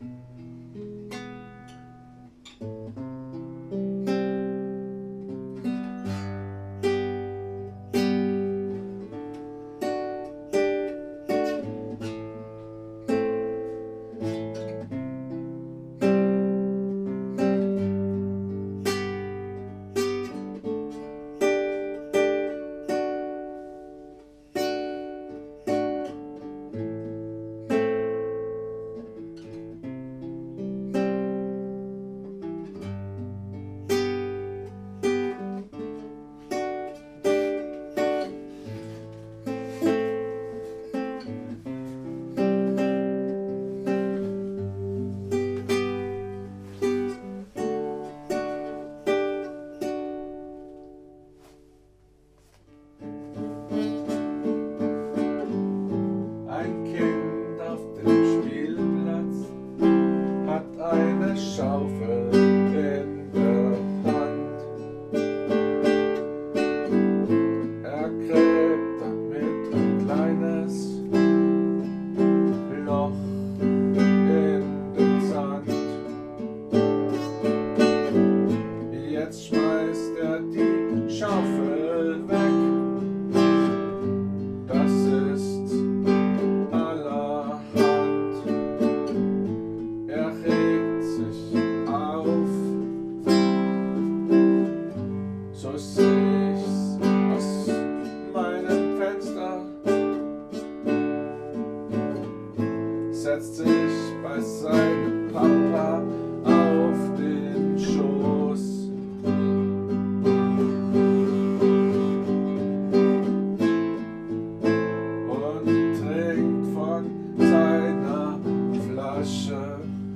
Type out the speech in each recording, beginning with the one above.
Schaufel in der Hand. Er gräbt damit ein kleines Loch in den Sand. Jetzt schmeißt er die Schaufel weg. Das ist allerhand. Er regt sich auf, so seh ich's aus meinem Fenster, setzt sich bei seinem Papa auf den Schoß. Und trinkt von seiner Flasche.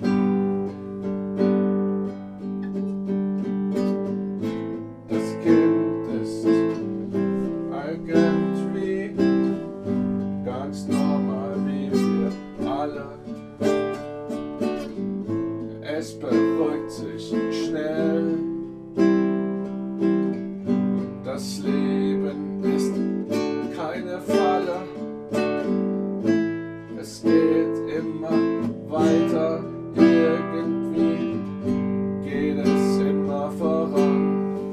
Das Kind ist irgendwie ganz normal wie wir alle. Es beruhigt sich schnell. Das Leben ist keine Falle. Es geht immer weiter. Irgendwie geht es immer voran.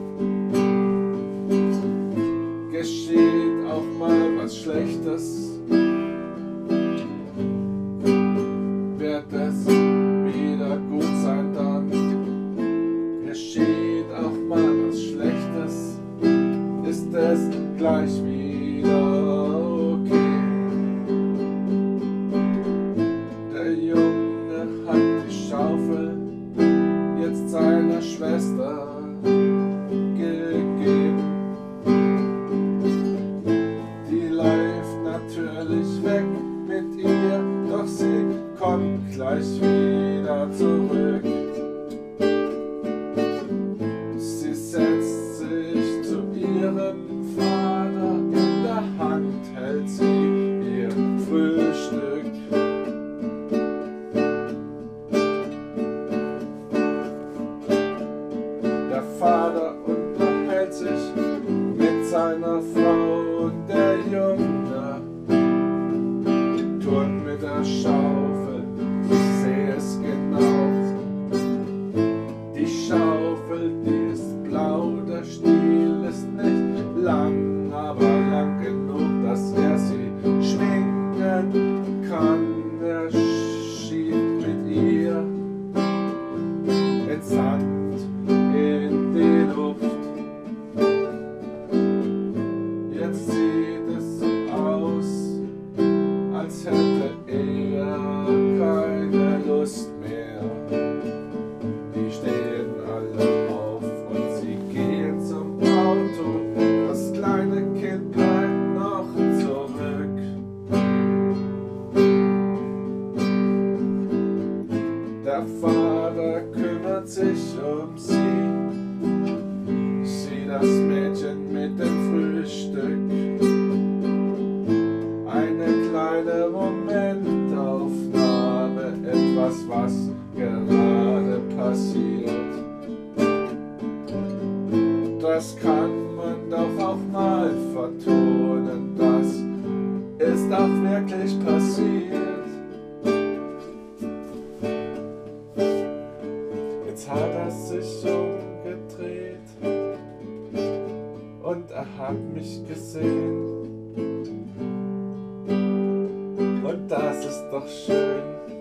Geschieht auch mal was Schlechtes, wird es wieder gut sein dann. Geschieht auch mal was Schlechtes, ist es gleich wieder okay. Der Junge hat die Schaufel jetzt seiner Schwester gegeben. Die läuft natürlich weg mit ihr, doch sie kommt gleich wieder zurück. Sie setzt sich zu ihrem Vater, in der Hand hält sie ihr Frühstück. Der Vater unterhält sich mit seiner Frau und der Junge turnt mit der Schaufel, ich sehe es genau. Die Schaufel, die ist blau, der Stiel ist nicht lang, aber lang genug, dass er sie schwingen kann. Er schiebt mit ihr ins Sand, in die Luft. Jetzt sieht es so aus, als hätte er keine Lust mehr. Die stehen alle auf und sie gehen zum Auto. Das kleine Kind bleibt noch zurück. Der Vater kümmert sich um sie. Sieh das Mädchen mit dem Frühstück. Eine kleine Momentaufnahme, etwas, was gerade passiert. Das kann man doch auch mal vertonen, das ist auch wirklich passiert. und er hat mich gesehen. Und das ist doch schön.